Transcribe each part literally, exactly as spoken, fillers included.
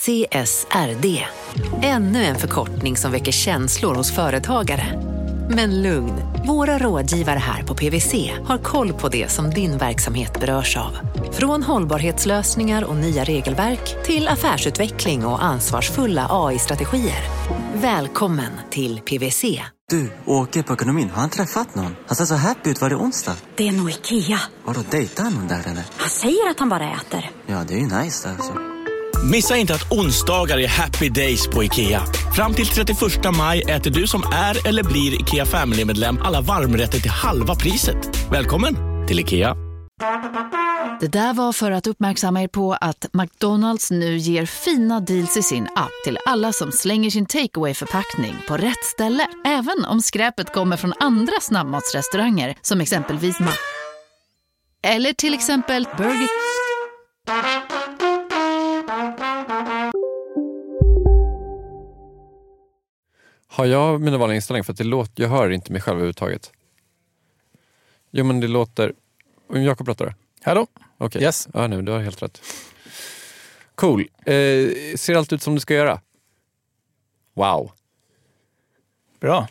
C S R D. Ännu en förkortning som väcker känslor hos företagare. Men lugn, våra rådgivare här på P W C har koll på det som din verksamhet berörs av. Från hållbarhetslösningar och nya regelverk till affärsutveckling och ansvarsfulla A I-strategier. Välkommen till P W C. Du, åker på ekonomin. Har han träffat någon? Han ser så happy ut. Var det onsdag? Det är nog Ikea. Har du dejtat någon där eller? Han säger att han bara äter. Ja, det är ju nice alltså. Missa inte att onsdagar är happy days på Ikea. Fram till trettioförsta maj äter du som är eller blir Ikea Family-medlem alla varmrätter till halva priset. Välkommen till Ikea. Det där var för att uppmärksamma er på att McDonalds nu ger fina deals i sin app till alla som slänger sin takeaway-förpackning på rätt ställe. Även om skräpet kommer från andra snabbmatsrestauranger som exempelvis Ma... Eller till exempel Burger... Har jag mina vanliga inställningar? För att det låter, jag hör inte mig själv överhuvudtaget. Jo, men det låter... Om Jakob pratar det. Hallå? Okej. Okay. Yes. Ja, nu, du har helt rätt. Cool. Eh, ser allt ut som du ska göra? Wow. Bra.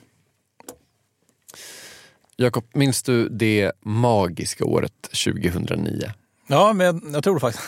Jakob, minns du det magiska året tjugohundranio? Ja, men jag tror faktiskt...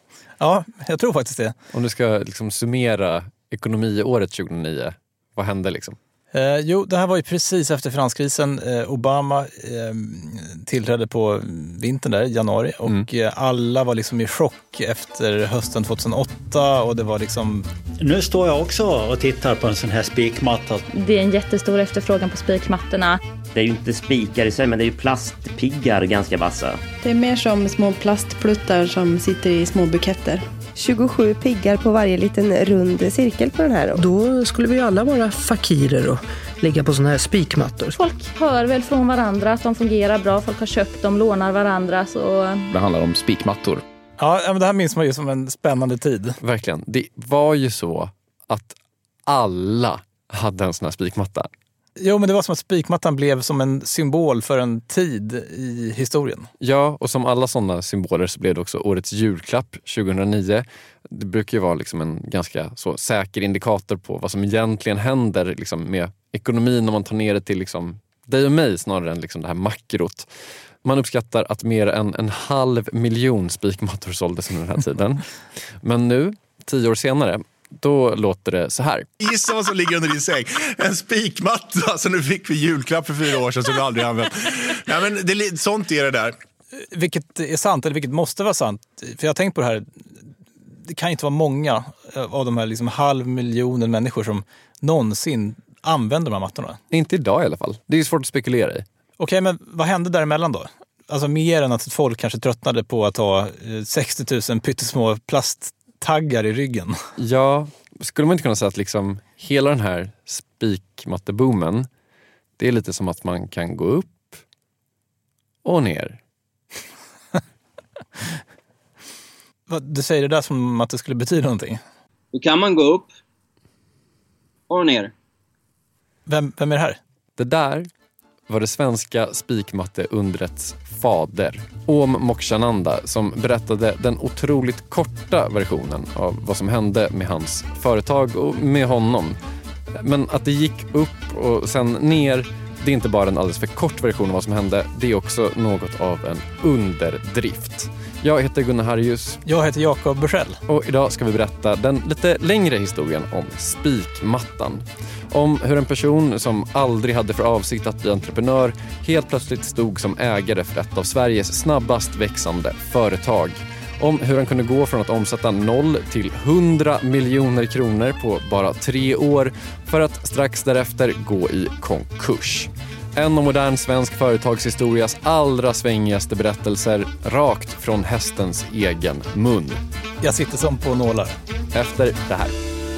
Ja, jag tror faktiskt det. Om du ska liksom summera ekonomiåret tjugohundranio, vad hände liksom? Eh, jo, det här var ju precis efter finanskrisen. Eh, Obama eh, tillträdde på vintern där, januari. Och mm. eh, alla var liksom i chock efter hösten tjugohundraåtta. Och det var liksom... Nu står jag också och tittar på en sån här spikmatta. Det är en jättestor efterfrågan på spikmattorna. Det är ju inte spikar i sig, men det är ju plastpiggar ganska vassa. Det är mer som små plastpluttar som sitter i små buketter. tjugosju piggar på varje liten rund cirkel på den här. Då skulle vi alla vara fakirer och ligga på såna här spikmattor. Folk hör väl från varandra att de fungerar bra. Folk har köpt dem, lånar varandra. Så... Det handlar om spikmattor. Ja, men det här minns man ju som en spännande tid. Verkligen. Det var ju så att alla hade en sån här spikmatta. Jo, men det var som att spikmattan blev som en symbol för en tid i historien. Ja, och som alla sådana symboler så blev det också årets julklapp tjugohundranio. Det brukar ju vara liksom en ganska så säker indikator på vad som egentligen händer liksom med ekonomin om man tar ner det till liksom dig och mig snarare än liksom det här makrot. Man uppskattar att mer än en halv miljon spikmattor såldes under den här tiden. Men nu, tio år senare, då låter det så här. Gissa vad som ligger under din säng. En spikmatta som du fick för julklapp för fyra år sedan som du aldrig använt. Nej, men det, sånt är det där. Vilket är sant, eller vilket måste vara sant. För jag har tänkt på det här. Det kan inte vara många av de här liksom halv miljonen människor som någonsin använder de här mattorna. Inte idag i alla fall. Det är svårt att spekulera i. Okej, men vad hände däremellan då? Alltså mer än att folk kanske tröttnade på att ha sextio tusen pyttesmå plasttaggar i ryggen. Ja, skulle man inte kunna säga att liksom hela den här spikmatteboomen, det är lite som att man kan gå upp och ner. Du säger det där som att det skulle betyda någonting. Då kan man gå upp och ner. Vem, vem är det här? Det där var det svenska spikmatteundrets fader, Om Mokshananda, som berättade den otroligt korta versionen av vad som hände med hans företag och med honom. Men att det gick upp och sen ner, det är inte bara en alldeles för kort version av vad som hände, det är också något av en underdrift. Jag heter Gunnar Harjus. Jag heter Jakob Bursell. Och idag ska vi berätta den lite längre historien om spikmattan. Om hur en person som aldrig hade för avsikt att bli entreprenör helt plötsligt stod som ägare för ett av Sveriges snabbast växande företag. Om hur han kunde gå från att omsätta noll till hundra miljoner kronor på bara tre år för att strax därefter gå i konkurs. En av modern svensk företagshistorias allra svängigaste berättelser, rakt från hästens egen mun. Jag sitter som på nålar. Efter det här.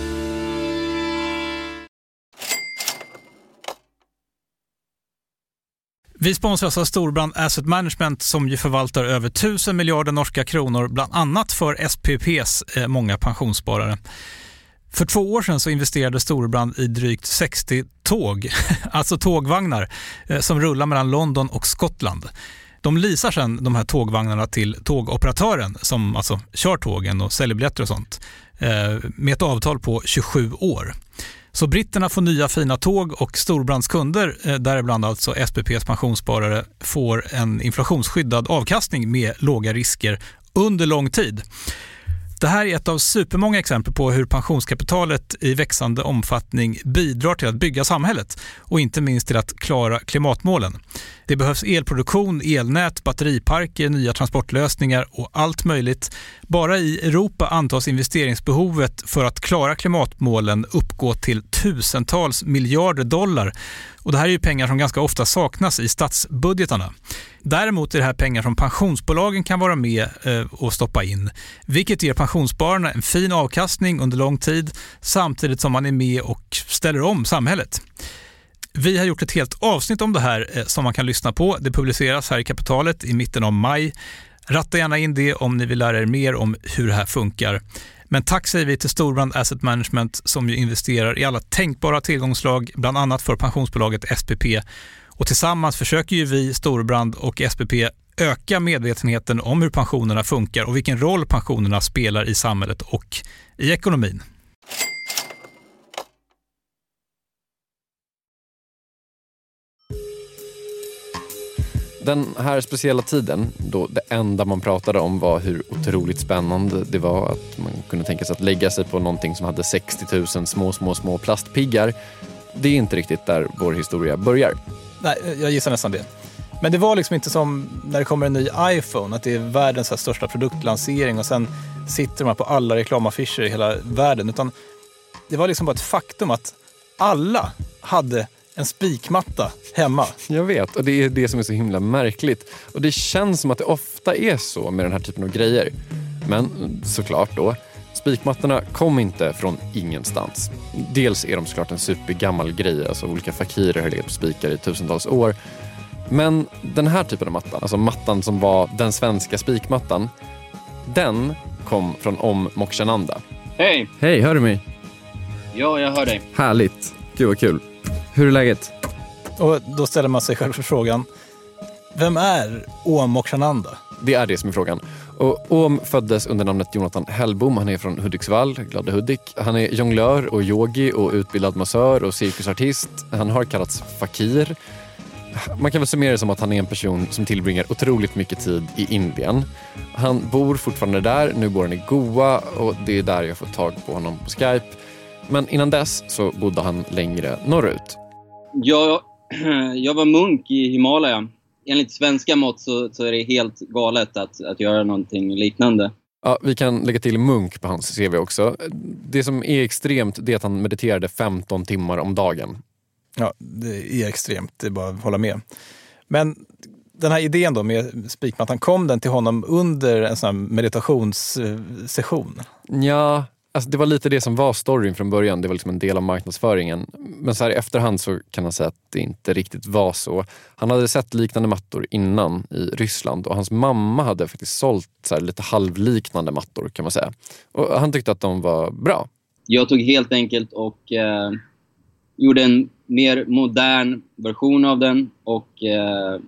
Vi sponsras av Storbrand Asset Management som ju förvaltar över tusen miljarder norska kronor, bland annat för S P P:s eh, många pensionssparare. För två år sedan så investerade Storbrand i drygt sextio tåg, alltså tågvagnar, eh, som rullar mellan London och Skottland. De leasar sedan de här tågvagnarna till tågoperatören som alltså kör tågen och säljer biljetter och sånt. med ett avtal på tjugosju år. Så britterna får nya fina tåg och storbrandskunder, däribland alltså S P P:s pensionssparare, får en inflationsskyddad avkastning med låga risker under lång tid. Det här är ett av supermånga exempel på hur pensionskapitalet i växande omfattning bidrar till att bygga samhället och inte minst till att klara klimatmålen. Det behövs elproduktion, elnät, batteriparker, nya transportlösningar och allt möjligt. Bara i Europa antas investeringsbehovet för att klara klimatmålen uppgå till tusentals miljarder dollar. Och det här är ju pengar som ganska ofta saknas i statsbudgetarna. Däremot är det här pengar som pensionsbolagen kan vara med och stoppa in, vilket ger pensionsspararna en fin avkastning under lång tid samtidigt som man är med och ställer om samhället. Vi har gjort ett helt avsnitt om det här som man kan lyssna på. Det publiceras här i Kapitalet i mitten av maj. Ratta gärna in det om ni vill lära er mer om hur det här funkar. Men tack säger vi till Storbrand Asset Management som ju investerar i alla tänkbara tillgångslag, bland annat för pensionsbolaget S P P. Och tillsammans försöker ju vi, Storbrand och S P P, öka medvetenheten om hur pensionerna funkar och vilken roll pensionerna spelar i samhället och i ekonomin. Den här speciella tiden, då det enda man pratade om var hur otroligt spännande det var att man kunde tänka sig att lägga sig på någonting som hade sextio tusen små, små, små plastpiggar. Det är inte riktigt där vår historia börjar. Nej, jag gissar nästan det. Men det var liksom inte som när det kommer en ny iPhone, att det är världens här största produktlansering och sen sitter man på alla reklamaffischer i hela världen. Utan det var liksom bara ett faktum att alla hade en spikmatta hemma. Jag vet, och det är det som är så himla märkligt. Och det känns som att det ofta är så med den här typen av grejer. Men såklart då, spikmattorna kom inte från ingenstans. Dels är de såklart en supergammal grej, alltså olika fakirer har legat på spikar i tusentals år. Men den här typen av mattan, alltså mattan som var den svenska spikmattan, den kom från Om Mokshananda. Hej! Hej, hör du mig? Ja, jag hör dig. Härligt, gud vad kul. Hur är läget? Och då ställer man sig själv för frågan, vem är Om Mokshananda? Det är det som är frågan. Och Om föddes under namnet Jonathan Hellbom. Han är från Hudiksvall, glada Hudik. Han är jonglör och yogi och utbildad massör och cirkusartist. Han har kallats fakir. Man kan väl summera det som att han är en person som tillbringar otroligt mycket tid i Indien. Han bor fortfarande där, nu bor han i Goa och det är där jag får tag på honom på Skype. Men innan dess så bodde han längre norrut. Jag, jag var munk i Himalaya. Enligt svenska mått så, så är det helt galet att, att göra någonting liknande. Ja, vi kan lägga till munk på hans C V också. Det som är extremt det är att han mediterade femton timmar om dagen. Ja, det är extremt, det är bara att hålla med. Men den här idén då med spikmattan, kom den till honom under en sån här meditationssession? Ja, alltså det var lite det som var storyn från början. Det var liksom en del av marknadsföringen. Men så här i efterhand så kan man säga att det inte riktigt var så. Han hade sett liknande mattor innan i Ryssland. Och hans mamma hade faktiskt sålt så här lite halvliknande mattor kan man säga. Och han tyckte att de var bra. Jag tog helt enkelt och eh, gjorde en mer modern version av den. Och eh,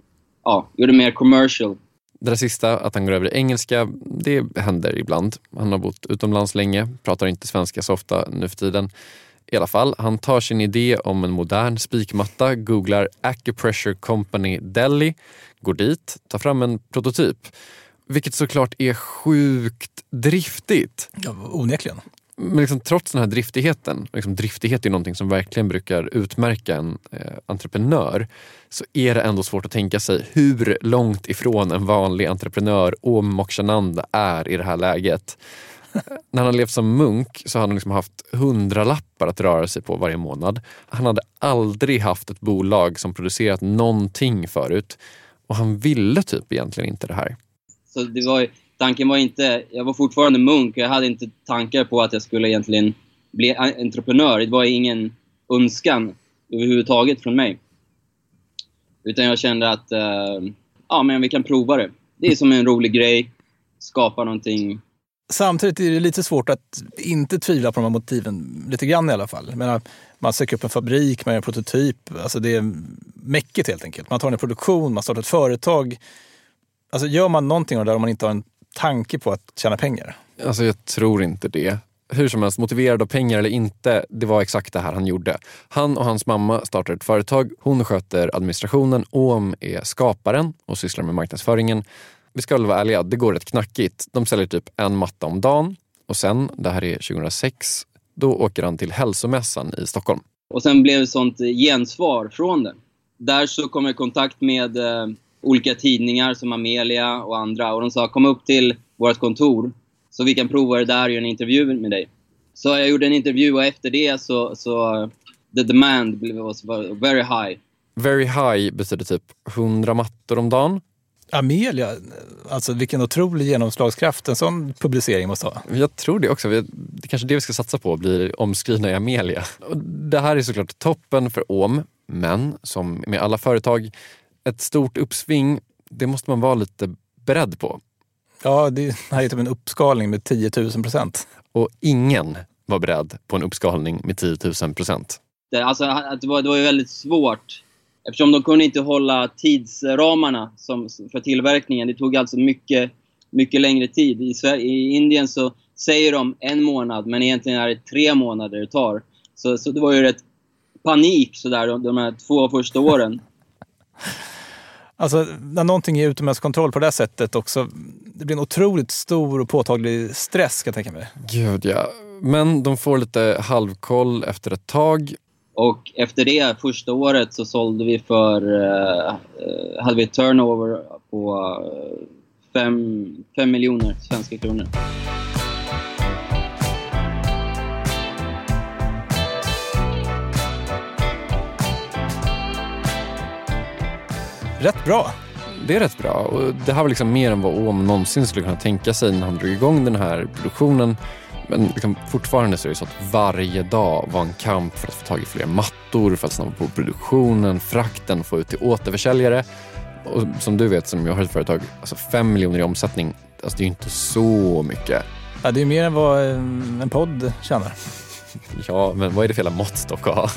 ja, gjorde mer commercial. Det där sista, att han går över i engelska, det händer ibland. Han har bott utomlands länge, pratar inte svenska så ofta nu för tiden. I alla fall, han tar sin idé om en modern spikmatta, googlar Acupressure Company Delhi, går dit, tar fram en prototyp. Vilket såklart är sjukt driftigt. Ja, onekligen. Men liksom, trots den här driftigheten, liksom, driftighet är någonting som verkligen brukar utmärka en eh, entreprenör, så är det ändå svårt att tänka sig hur långt ifrån en vanlig entreprenör Om Mokshananda är i det här läget. När han levt som munk så hade han liksom haft hundralappar att röra sig på varje månad. Han hade aldrig haft ett bolag som producerat någonting förut. Och han ville typ egentligen inte det här. Så det var, tanken var inte, jag var fortfarande munk och jag hade inte tankar på att jag skulle egentligen bli entreprenör. Det var ingen önskan överhuvudtaget från mig. Utan jag kände att uh, ja, men vi kan prova det. Det är som en rolig grej, skapa någonting. Samtidigt är det lite svårt att inte tvivla på de här motiven, lite grann i alla fall. Jag menar, man söker upp en fabrik, man gör en prototyp. Alltså det är mäckigt helt enkelt. Man tar en produktion, man startar ett företag. Alltså gör man någonting där om man inte har en tanke på att tjäna pengar? Alltså jag tror inte det. Hur som helst, motiverad av pengar eller inte, det var exakt det här han gjorde. Han och hans mamma startar ett företag, hon sköter administrationen, Oom är skaparen och sysslar med marknadsföringen. Vi ska väl vara ärliga, det går rätt knackigt. De säljer typ en matta om dagen och sen, det här är tjugohundrasex, då åker han till hälsomässan i Stockholm. Och sen blev det sånt gensvar från det. Där så kom jag i kontakt med eh, olika tidningar som Amelia och andra. Och de sa, kom upp till vårt kontor så vi kan prova det där och göra en intervju med dig. Så jag gjorde en intervju och efter det så, så the demand was very high. Very high betyder typ hundra mattor om dagen. Amelia, alltså vilken otrolig genomslagskraft en sån publicering måste ha. Jag tror det också. Det är kanske det vi ska satsa på, blir omskrivna i Amelia. Och det här är såklart toppen för Oom, men som med alla företag, ett stort uppsving, det måste man vara lite beredd på. Ja, det här är typ en uppskalning med tio tusen procent. Och ingen var beredd på en uppskalning med tio tusen procent. Det, alltså, det, var, det var ju väldigt svårt. Eftersom de kunde inte hålla tidsramarna som, för tillverkningen. Det tog alltså mycket, mycket längre tid. I, Sverige, I Indien så säger de en månad, men egentligen är det tre månader det tar. Så, så det var ju rätt panik så där, de, de här två första åren. Alltså när någonting är utom ens kontroll på det här sättet också, det blir en otroligt stor och påtaglig stress, kan jag tänka mig. Gud ja, men de får lite halvkoll efter ett tag. Och efter det första året så sålde vi för, uh, hade vi ett turnover på uh, fem, fem miljoner svenska kronor. Rätt bra. Det är rätt bra och det här var liksom mer än vad Oom någonsin skulle kunna tänka sig när han drog igång den här produktionen. Men liksom fortfarande så är det så att varje dag var en kamp för att få tag i fler mattor, för att snabba på produktionen, frakten, få ut till återförsäljare. Och som du vet, som jag har ett företag, alltså fem miljoner i omsättning, alltså det är ju inte så mycket. Ja, det är mer än vad en podd tjänar. Ja, men vad är det för jävla måttstock att ha?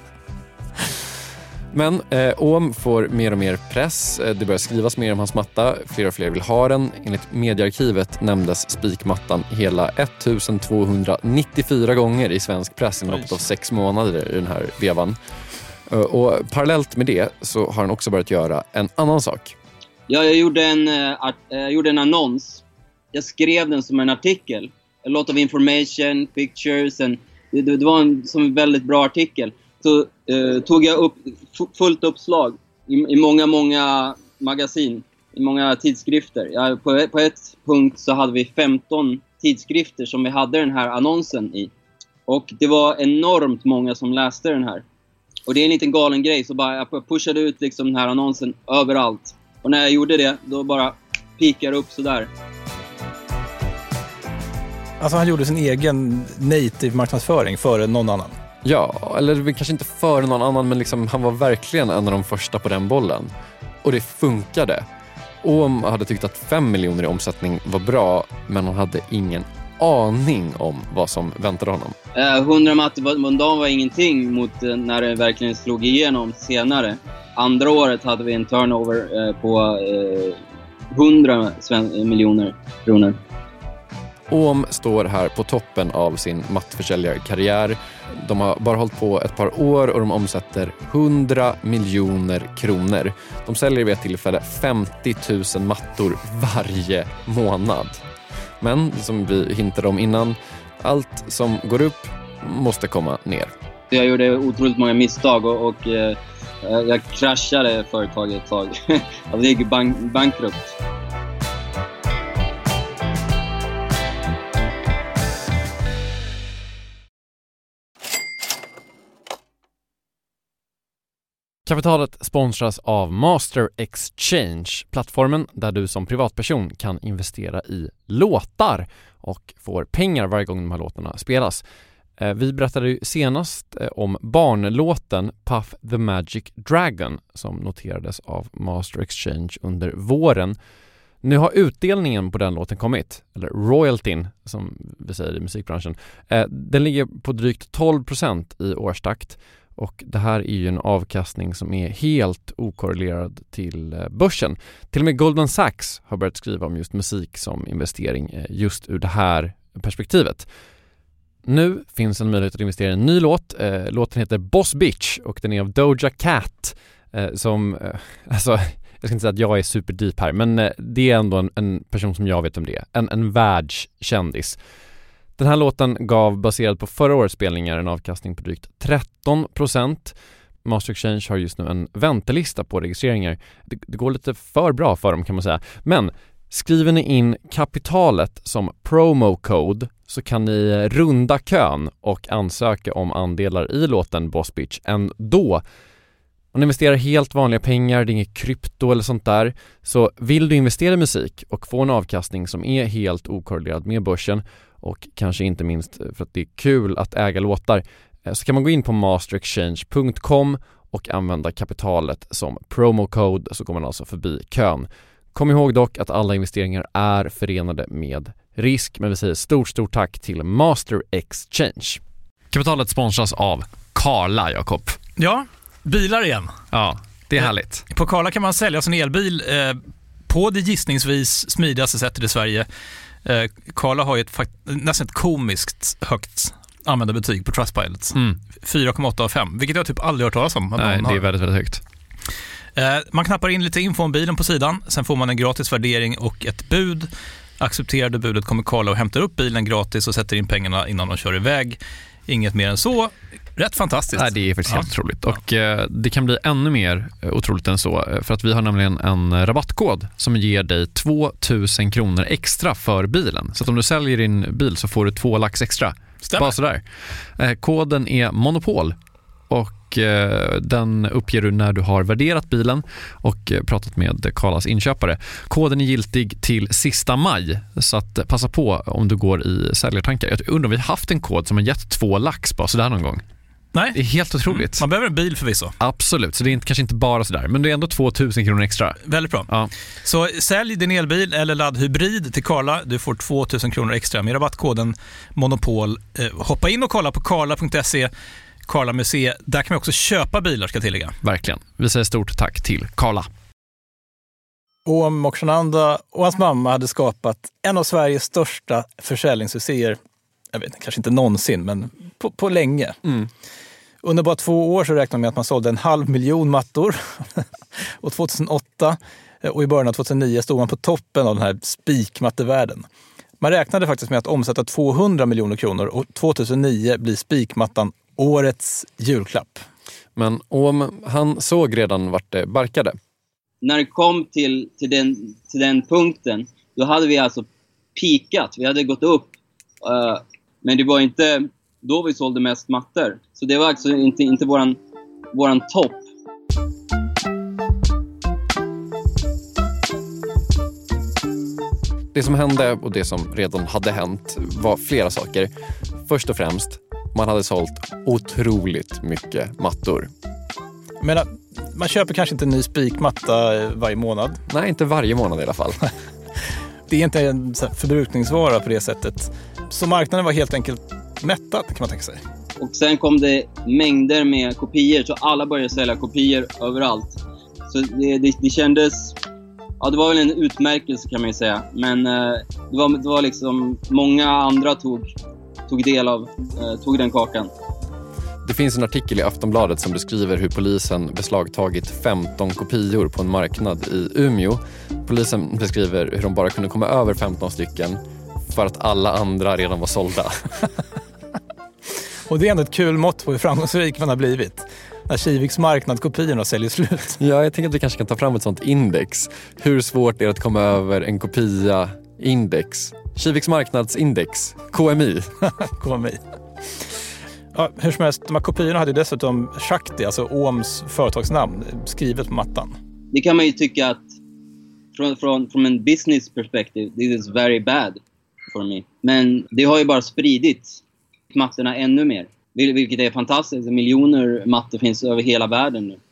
Men eh, Oom får mer och mer press. Det börjar skrivas mer om hans matta. Fler och fler vill ha den. Enligt mediearkivet nämndes spikmattan hela ettusentvåhundranittiofyra gånger i svensk press i loppet av sex månader i den här vevan. Och parallellt med det så har han också börjat göra en annan sak. Ja, jag gjorde en, uh, jag gjorde en annons. Jag skrev den som en artikel. A lot of information, pictures. And det, det var en som väldigt bra artikel. Så uh, tog jag upp fullt uppslag i, i många, många magasin, i många tidskrifter. Ja, på, på ett punkt så hade vi femton tidskrifter som vi hade den här annonsen i. Och det var enormt många som läste den här. Och det är en liten galen grej, så bara jag pushade ut liksom den här annonsen överallt. Och när jag gjorde det, då bara pikade upp sådär. Alltså han gjorde sin egen native marknadsföring före någon annan. Ja, eller kanske inte före någon annan, men liksom, han var verkligen en av de första på den bollen. Och det funkade. Oom hade tyckt att fem miljoner i omsättning var bra, men han hade ingen aning om vad som väntade honom. hundra mattor på en dag var ingenting mot när det verkligen slog igenom senare. Andra året hade vi en turnover på hundra miljoner kronor. Oom står här på toppen av sin mattförsäljarkarriär. De har bara hållit på ett par år och de omsätter hundra miljoner kronor. De säljer vid ett tillfälle femtio tusen mattor varje månad. Men som vi hintade om innan, allt som går upp måste komma ner. Jag gjorde otroligt många misstag och, och eh, jag kraschade företaget ett tag. Jag gick bank, bankrupt. Kapitalet sponsras av Master Exchange, plattformen där du som privatperson kan investera i låtar och får pengar varje gång de här låtarna spelas. Vi berättade ju senast om barnlåten Puff the Magic Dragon som noterades av Master Exchange under våren. Nu har utdelningen på den låten kommit, eller royaltyn som vi säger i musikbranschen. Den ligger på drygt tolv procent i årstakt. Och det här är ju en avkastning som är helt okorrelerad till börsen. Till och med Goldman Sachs har börjat skriva om just musik som investering just ur det här perspektivet. Nu finns en möjlighet att investera i en ny låt. Låten heter Boss Bitch och den är av Doja Cat som, alltså jag ska inte säga att jag är superdeep här, men det är ändå en, en person som jag vet om det är. En, en världskändis. Den här låten gav, baserad på förra årets spelningar, en avkastning på drygt tretton procent. Master Exchange har just nu en väntelista på registreringar. Det, det går lite för bra för dem kan man säga. Men skriver ni in kapitalet som promo code så kan ni runda kön och ansöka om andelar i låten Boss Bitch ändå. Om ni investerar helt vanliga pengar, det är inget krypto eller sånt där, så vill du investera i musik och få en avkastning som är helt okorrelerad med börsen och kanske inte minst för att det är kul att äga låtar, så kan man gå in på master exchange punkt com och använda kapitalet som promo code, så går man alltså förbi kön. Kom ihåg dock att alla investeringar är förenade med risk, men vi säger stort, stort tack till Master Exchange. Kapitalet sponsras av Carla, Jakob. Ja, bilar igen. Ja, det är härligt. På Carla kan man sälja sin elbil eh, på det gissningsvis smidigaste sättet i Sverige. Eh, Carla har ju ett fakt- nästan ett komiskt högt användarbetyg på Trustpilot. Mm. fyra komma åtta av fem, vilket jag typ aldrig hört talas om. Nej, det är väldigt, väldigt högt. Eh, man knappar in lite info om bilen på sidan. Sen får man en gratis värdering och ett bud. Accepterade budet kommer Carla och hämtar upp bilen gratis och sätter in pengarna innan de kör iväg. Inget mer än så. Rätt fantastiskt. Nej, det är faktiskt ja. helt otroligt. Och eh, det kan bli ännu mer otroligt än så. För att vi har nämligen en rabattkod som ger dig två tusen kronor extra för bilen. Så att om du säljer din bil så får du två lax extra. Stämmer. Bara sådär. Eh, koden är Monopol. Och eh, den uppger du när du har värderat bilen och eh, pratat med Carlas inköpare. Koden är giltig till sista maj, så att passa på om du går i säljartankar. Jag undrar om vi har haft en kod som har gett två lax bara sådär någon gång. Nej. Det är helt otroligt. Man behöver en bil förvisso. Absolut, så det är inte, kanske inte bara sådär, men det är ändå två tusen kronor extra. Väldigt bra. Ja. Så sälj din elbil eller laddhybrid till Carla. Du får två tusen kronor extra med rabattkoden Monopol. Eh, hoppa in och kolla på carla punkt se. Carla Museet. Där kan vi också köpa bilar, ska tillägga. Verkligen. Vi säger stort tack till Carla. Om Mokshananda och hans mamma hade skapat en av Sveriges största försäljningssuccéer, jag vet kanske inte någonsin, men på, på länge. Mm. Under bara två år så räknar man med att man sålde en halv miljon mattor. Och tjugohundraåtta och i början av tjugohundranio stod man på toppen av den här spikmattevärlden. Man räknade faktiskt med att omsätta tvåhundra miljoner kronor och tjugohundranio blir spikmattan årets julklapp. Men om han såg redan vart det barkade. När det kom till, till, den, till den punkten, då hade vi alltså pikat. Vi hade gått upp. Uh, men det var inte då vi sålde mest mattor. Så det var alltså inte, inte våran, våran topp. Det som hände och det som redan hade hänt var flera saker. Först och främst, man hade sålt otroligt mycket mattor. Men man köper kanske inte en ny spikmatta varje månad. Nej, inte varje månad i alla fall. Det är inte en förbrukningsvara på det sättet. Så marknaden var helt enkelt mättad, kan man tänka sig. Och sen kom det mängder med kopior, så alla började sälja kopior överallt. Så det, det, det kändes... Ja, det var väl en utmärkelse kan man ju säga. Men eh, det, var, det var liksom... Många andra tog, tog del av eh, tog den kakan. Det finns en artikel i Aftonbladet som beskriver hur polisen beslagtagit femton kopior på en marknad i Umeå. Polisen beskriver hur de bara kunde komma över femton stycken för att alla andra redan var sålda. Och det är ändå ett kul mått på hur framgångsrik man har blivit. När Kiviks marknadkopiorna säljer slut. Ja, jag tänker att vi kanske kan ta fram ett sånt index. Hur svårt är det att komma över en kopia index? Kiviks marknadsindex, K M I. K M I. Ja, hur som helst, de här kopiorna hade dessutom Shakti, alltså Ohms företagsnamn, skrivet på mattan. Det kan man ju tycka att från, från, från en business perspektiv, this is very bad for me. Men det har ju bara spridit mattorna ännu mer. Vilket är fantastiskt. Miljoner mattor finns över hela världen nu.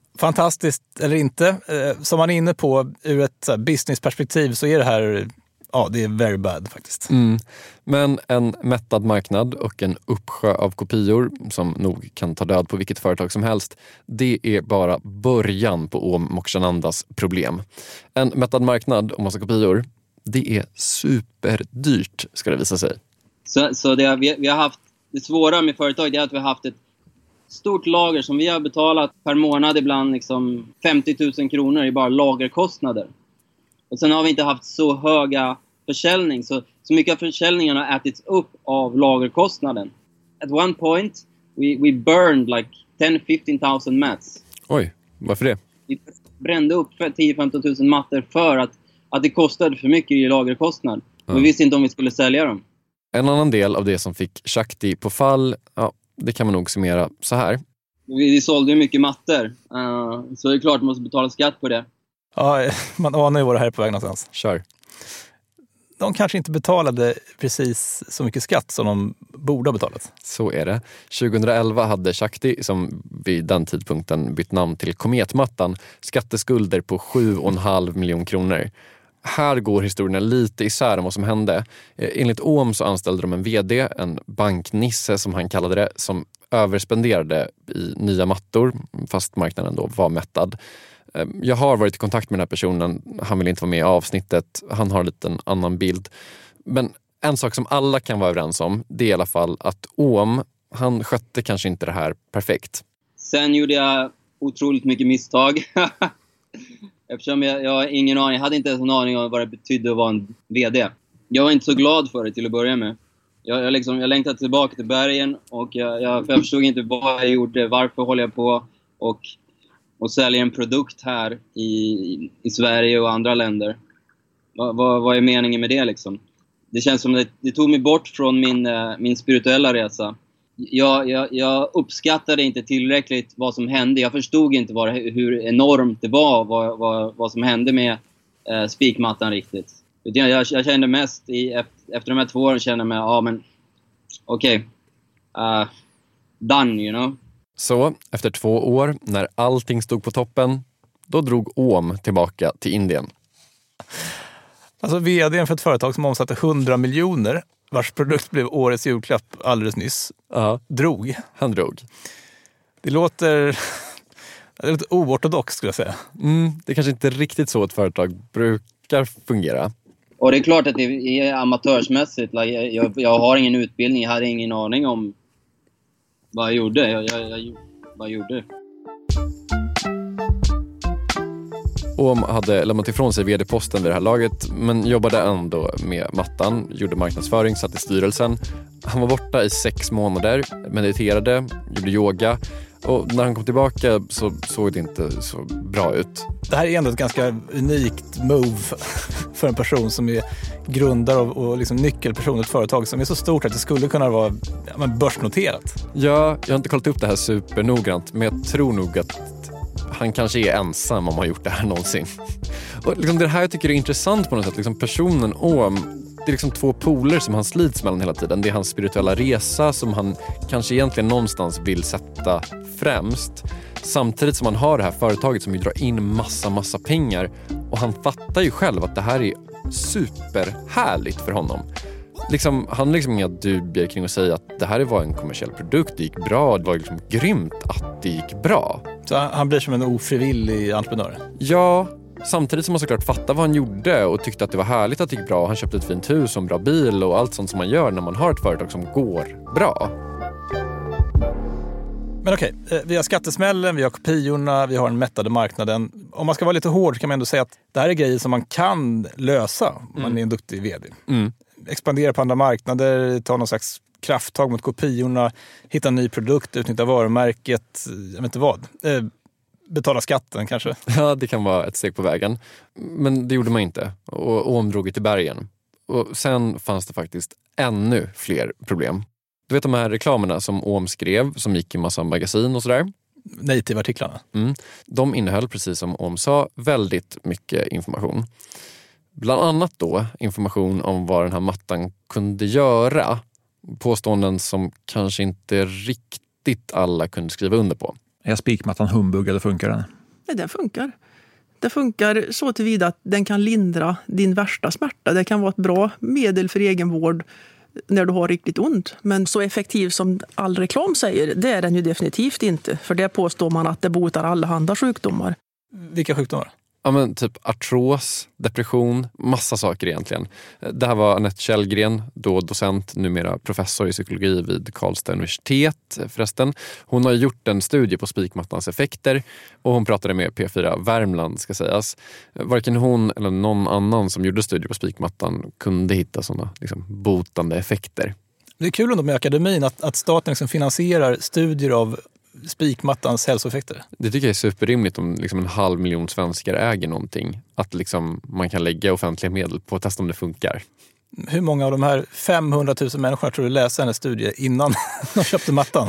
Fantastiskt eller inte. Som man är inne på ur ett businessperspektiv så är det här ja, det är very bad faktiskt. Mm. Men en mättad marknad och en uppsjö av kopior som nog kan ta död på vilket företag som helst, det är bara början på Om Mokshanandas problem. En mättad marknad och massa kopior, det är superdyrt, ska det visa sig. Så, så det, vi, vi har haft, det svåra med företag är att vi har haft ett stort lager som vi har betalat per månad ibland liksom femtio tusen kronor i bara lagerkostnader. Och sen har vi inte haft så höga försäljning. Så, så mycket av försäljningen har ätits upp av lagerkostnaden. At one point we, we burned like ten to fifteen thousand mats. Oj, varför det? Vi brände upp tio till femton tusen mattor för att, att det kostade för mycket i lagerkostnad. Ja. Vi visste inte om vi skulle sälja dem. En annan del av det som fick Shakti på fall, ja, det kan man nog summera så här. Vi, vi sålde ju mycket mattor. Uh, så det är klart man måste betala skatt på det. Ja, man anar ju vad det här är på väg någonstans. Kör. De kanske inte betalade precis så mycket skatt som de borde ha betalat. Så är det. tjugoelva hade Shakti, som vid den tidpunkten bytt namn till Kometmattan, skatteskulder på sju och en halv miljon kronor. Här går historierna lite isär om vad som hände. Enligt Om så anställde de en vd, en banknisse som han kallade det, som överspenderade i nya mattor fast marknaden då var mättad. Jag har varit i kontakt med den här personen, han vill inte vara med i avsnittet, han har en liten annan bild. Men en sak som alla kan vara överens om, det är i alla fall att Om, han skötte kanske inte det här perfekt. Sen gjorde jag otroligt mycket misstag. Eftersom jag, jag har ingen aning, jag hade inte ens en aning om vad det betydde att vara en vd. Jag var inte så glad för det till att börja med. Jag, jag, liksom, jag längtade tillbaka till bergen och jag, jag, jag förstod inte vad jag gjorde, varför håller jag på och, och säljer en produkt här i, i Sverige och andra länder. Va, va, vad är meningen med det liksom? Det känns som att det, det tog mig bort från min, min spirituella resa. Jag, jag, jag uppskattade inte tillräckligt vad som hände. Jag förstod inte vad, hur enormt det var, vad, vad, vad som hände med eh, spikmattan riktigt. Jag, jag, jag kände mest, i, efter, efter de här två åren kände jag mig, ja men okej, okay, uh, done you know. Så efter två år, när allting stod på toppen, då drog Om tillbaka till Indien. Alltså vdn för ett företag som omsatte hundra miljoner, vars produkt blev årets julklapp alldeles nyss, ja. drog. Han drog. Det låter, det låter oortodoxt skulle jag säga. Mm, det är kanske inte riktigt så ett företag brukar fungera. Och det är klart att det är amatörsmässigt. Jag, jag, jag har ingen utbildning, jag hade ingen aning om vad jag gjorde. Jag, jag, jag, vad jag gjorde. Om hade lämnat ifrån sig vd-posten vid det här laget, men jobbade ändå med mattan, gjorde marknadsföring, satt i styrelsen. Han var borta i sex månader, mediterade, gjorde yoga, och när han kom tillbaka så såg det inte så bra ut. Det här är ändå ett ganska unikt move för en person som är grundare och, och liksom nyckelperson i ett företag som är så stort att det skulle kunna vara ja, börsnoterat. Ja, jag har inte kollat upp det här supernoggrant, men jag tror nog att han kanske är ensam om att ha gjort det här någonsin. Och liksom det här jag tycker är intressant på något sätt. Liksom personen Om, det är liksom två poler som han slits mellan hela tiden. Det är hans spirituella resa som han kanske egentligen någonstans vill sätta främst. Samtidigt som han har det här företaget som ju drar in massa, massa pengar. Och han fattar ju själv att det här är superhärligt för honom. Liksom, han har liksom inga dubier kring att säga att det här var en kommersiell produkt, det gick bra, det var liksom grymt att det gick bra. Så han blir som en ofrivillig entreprenör? Ja, samtidigt som man såklart fattar vad han gjorde och tyckte att det var härligt att det gick bra. Han köpte ett fint hus och en bra bil och allt sånt som man gör när man har ett företag som går bra. Men okej, vi har skattesmällen, vi har kopiorna, vi har den mättade marknaden. Om man ska vara lite hård kan man ändå säga att det här är grejer som man kan lösa om mm. man är en duktig vd. Mm. Expandera på andra marknader, ta någon slags krafttag mot kopiorna, hitta en ny produkt, utnyttja varumärket, jag vet inte vad. Eh, betala skatten kanske. Ja, det kan vara ett steg på vägen. Men det gjorde man inte. Och Om drog till bergen. Och sen fanns det faktiskt ännu fler problem. Du vet de här reklamerna som Om skrev, som gick i massa magasin och sådär? Native-artiklarna. Mm. De innehöll, precis som Om sa, väldigt mycket information. Bland annat då information om vad den här mattan kunde göra. Påståenden som kanske inte riktigt alla kunde skriva under på. Är spikmattan humbug eller funkar den? Nej, den funkar. det funkar så tillvida att den kan lindra din värsta smärta. Det kan vara ett bra medel för egenvård när du har riktigt ont. Men så effektiv som all reklam säger, det är den ju definitivt inte. För det påstår man att det botar alla andra sjukdomar. Vilka sjukdomar? Ja, men typ artros, depression, massa saker egentligen. Det här var Anette Källgren, då docent, numera professor i psykologi vid Karlstad universitet förresten. Hon har gjort en studie på spikmattans effekter och hon pratade med P fyra Värmland ska sägas. Varken hon eller någon annan som gjorde studier på spikmattan kunde hitta sådana liksom, botande effekter. Det är kul ändå med akademin att, att staten liksom finansierar studier av spikmattans hälsoeffekter. Det tycker jag är superrimligt om liksom en halv miljon svenskar äger någonting. Att liksom man kan lägga offentliga medel på att testa om det funkar. Hur många av de här femhundratusen människorna tror du läser en studie innan de köpte mattan?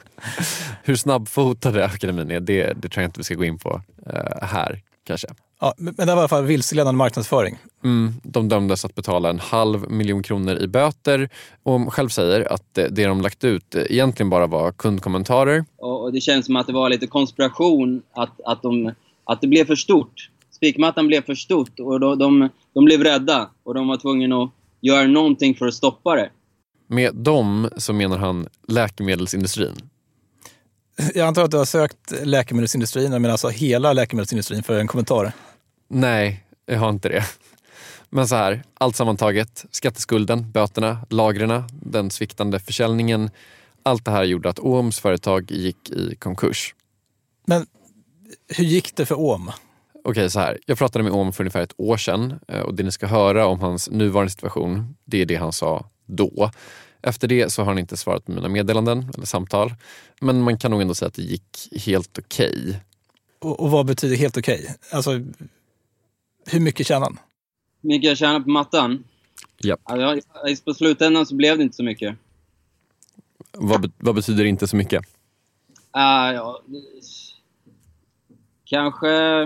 Hur snabbfotade akademin är, det, det tror jag inte vi ska gå in på uh, här kanske. Ja, men det var i alla fall vilseledande marknadsföring. Mm, de dömdes att betala en halv miljon kronor i böter. Och de själv säger att det, det de lagt ut egentligen bara var kundkommentarer. Och, och det känns som att det var lite konspiration att, att, de, att det blev för stort. Spikmattan blev för stort och de, de, de blev rädda. Och de var tvungna att göra någonting för att stoppa det. Med dem så menar han läkemedelsindustrin. Jag antar att du har sökt läkemedelsindustrin, men alltså hela läkemedelsindustrin för en kommentar. Nej, jag har inte det. Men så här, allt sammantaget, skatteskulden, böterna, lagrena, den sviktande försäljningen, allt det här gjorde att Åhms företag gick i konkurs. Men hur gick det för Åhm? Okej, så här. Jag pratade med Åhm för ungefär ett år sedan och det ni ska höra om hans nuvarande situation, det är det han sa då. Efter det så har han inte svarat på mina meddelanden eller samtal. Men man kan nog ändå säga att det gick helt okej. Okay. Och, och vad betyder helt okej? Okay? Alltså, hur mycket tjänar han? Hur mycket jag tjänar på mattan? Ja. Alltså, på slutändan så blev det inte så mycket. Vad, be- vad betyder inte så mycket? Uh, ja, kanske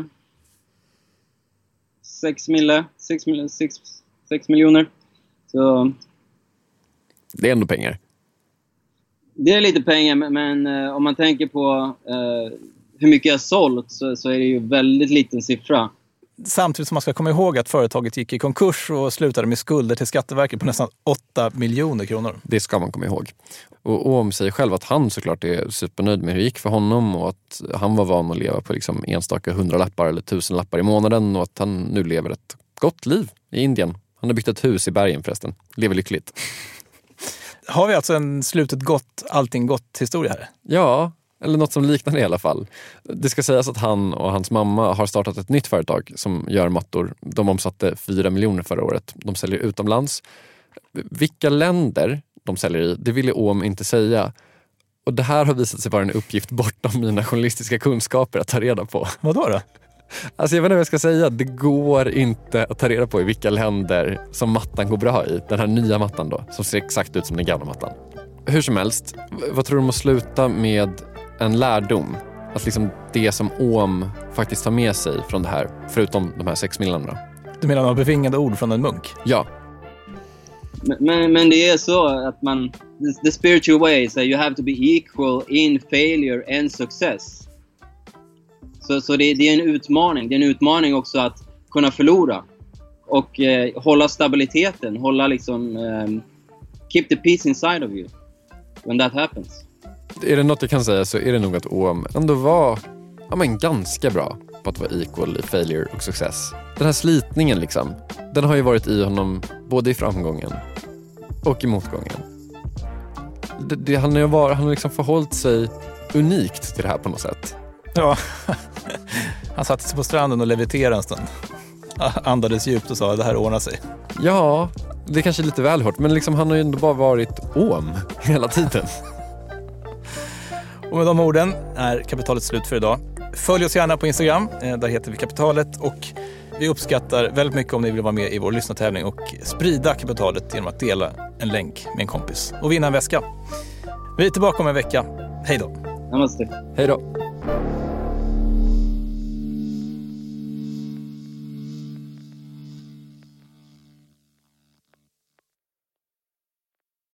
sex mille, sex, mille, sex, sex miljoner. Så... Det är ändå pengar. Det är lite pengar, men, men uh, om man tänker på uh, hur mycket jag sålt så, så är det ju väldigt liten siffra. Samtidigt som man ska komma ihåg att företaget gick i konkurs och slutade med skulder till Skatteverket på nästan åtta miljoner kronor. Det ska man komma ihåg. Och Åhm säger själv att han såklart är supernöjd med hur det gick för honom och att han var van att leva på liksom enstaka hundralappar eller tusenlappar i månaden och att han nu lever ett gott liv i Indien. Han har byggt ett hus i bergen förresten. Lever lyckligt. Har vi alltså en slutet gott, allting gott historia här? Ja, eller något som liknar det i alla fall. Det ska sägas att han och hans mamma har startat ett nytt företag som gör mattor. De omsatte fyra miljoner förra året. De säljer utomlands. Vilka länder de säljer i, det ville Åhm inte säga. Och det här har visat sig vara en uppgift bortom mina journalistiska kunskaper att ta reda på. Vad då då? Alltså jag vet inte vad jag ska säga. Det går inte att ta reda på i vilka länder som mattan går bra i. Den här nya mattan då, som ser exakt ut som den gamla mattan. Hur som helst, vad tror du om att sluta med en lärdom? Att liksom det som Åhm faktiskt tar med sig från det här, förutom de här sex miljonerna. Du menar några bevingade ord från en munk? Ja. Men, men, men det är så att man, the, the spiritual way is that you have to be equal in failure and success. Så, så det, det är en utmaning. Det är en utmaning också att kunna förlora. Och eh, hålla stabiliteten. Hålla liksom... Eh, keep the peace inside of you. When that happens. Är det något jag kan säga så är det nog att Åhm ändå var ja, men ganska bra på att vara equal i failure och success. Den här slitningen liksom, den har ju varit i honom både i framgången och i motgången. Det, det, han har, var, han har liksom förhållit sig unikt till det här på något sätt. Ja, han satt sig på stranden och leviterade en stund. Andades djupt och sa att det här ordnar sig. Ja, det är kanske lite väl hårt, men liksom, han har ju ändå bara varit Åhm hela tiden. Och med de orden är Kapitalet slut för idag. Följ oss gärna på Instagram, där heter vi Kapitalet. Och vi uppskattar väldigt mycket om ni vill vara med i vår lyssnartävling och sprida Kapitalet genom att dela en länk med en kompis och vinna en väska. Vi är tillbaka om en vecka. Hej då. Namaste. Hej då.